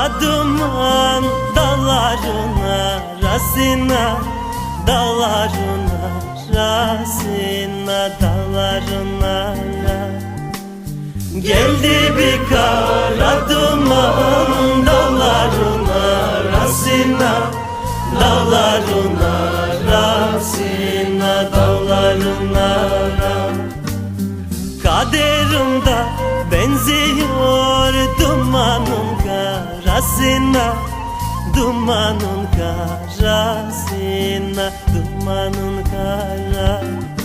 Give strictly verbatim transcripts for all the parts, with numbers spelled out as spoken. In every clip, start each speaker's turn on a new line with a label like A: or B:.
A: kara duman, dağların arasına, dağların arasına, dağların arasına. Geldi bir kara duman, dağların arasına, dağların arasına, dağların arasına. Kaderimde benziyor dumanın karasına, dumanın karasına, dumanın kara.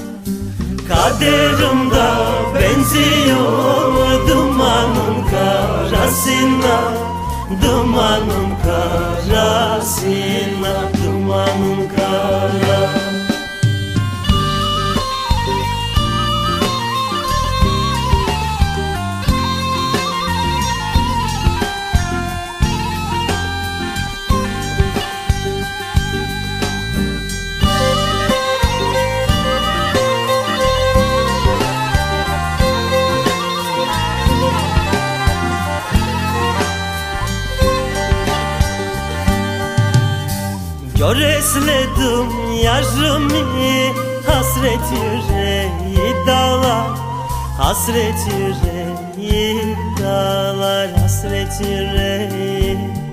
A: Kaderimde benziyor dumanın karasına, dumanın karasına, dumanın kara. Göresledim yarımı, hasret yüreği dağlar, hasret yüreği dağlar, hasret yüreği.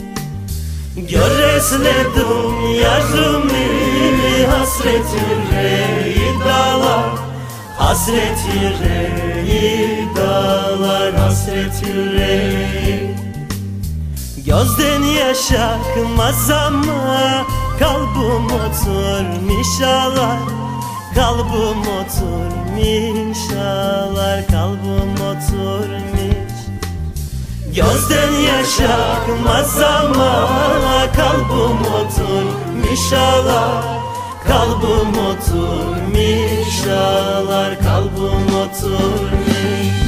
A: Göresledim yarımı, hasret yüreği dağlar, hasret yüreği dağlar, hasret yüreği. Gözden yaş akmaz ama kalbim oturmuş ağlar, kalbim oturmuş ağlar, kalbim oturmuş. Gözden yaş akmaz ama kalbim oturmuş ağlar, kalbim oturmuş ağlar, kalbim oturmuş.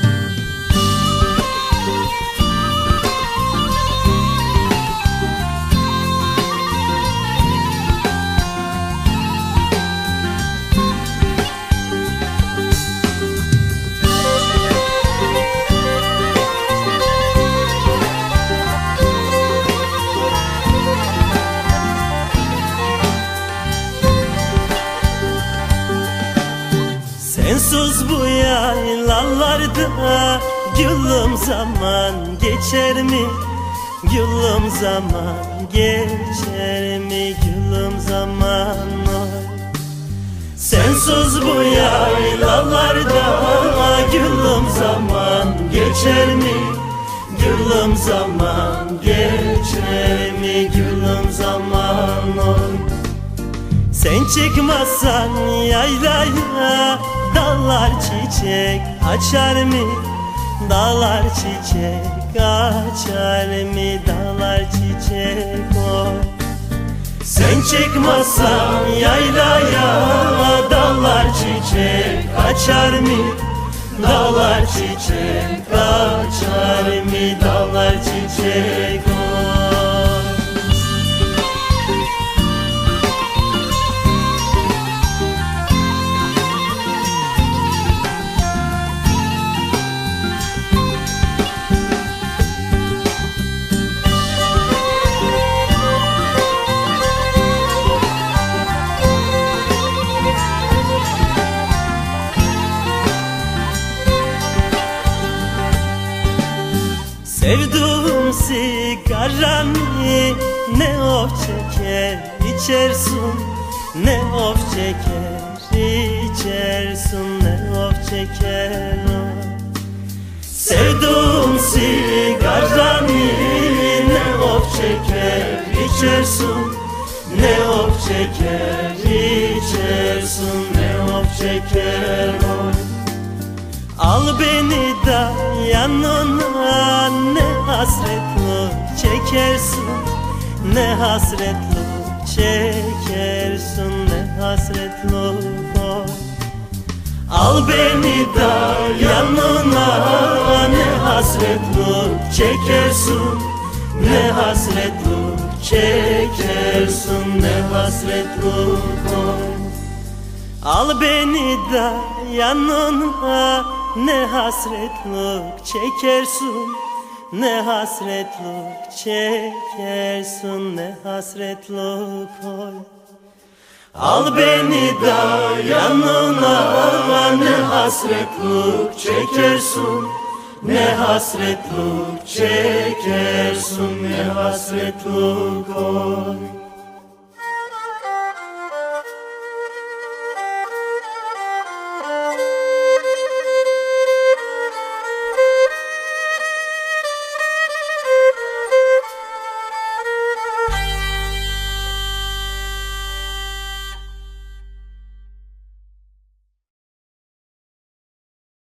A: Sensiz bu yaylalarda gülüm zaman geçer mi? Gülüm zaman geçer mi? Gülüm zaman oy. Sensiz bu yaylalarda gülüm zaman geçer mi? Gülüm zaman geçer mi? Gülüm zaman oy. Sen çıkmazsan yaylaya dağlar çiçek açar mı? Dağlar çiçek açar mı? Dağlar çiçek oy. Sen çıkmazsan yaylaya dağlar çiçek açar mı? Dağlar çiçek açar mı? Dağlar çiçek oy. Sevduğum sigaranı ne of çeker içersin, ne of çeker içersin, ne of çeker o. Sevduğum sigaranı ne of çeker içersin, ne of çeker içersin, ne of çeker o. Al beni da yanına, ne hasretlik çekersin, ne hasretlik çekersin, ne hasretlik oy. Al beni da yanına, ne hasretlik çekersin, ne hasretlik çekersin, ne hasretlik oy. Al beni da yanına, ne hasretlik çekersin, Ne hasretlik çekersin, ne hasretlik oy. Al beni da yanına, ne hasretlik çekersin, ne hasretlik çekersin, ne hasretlik oy.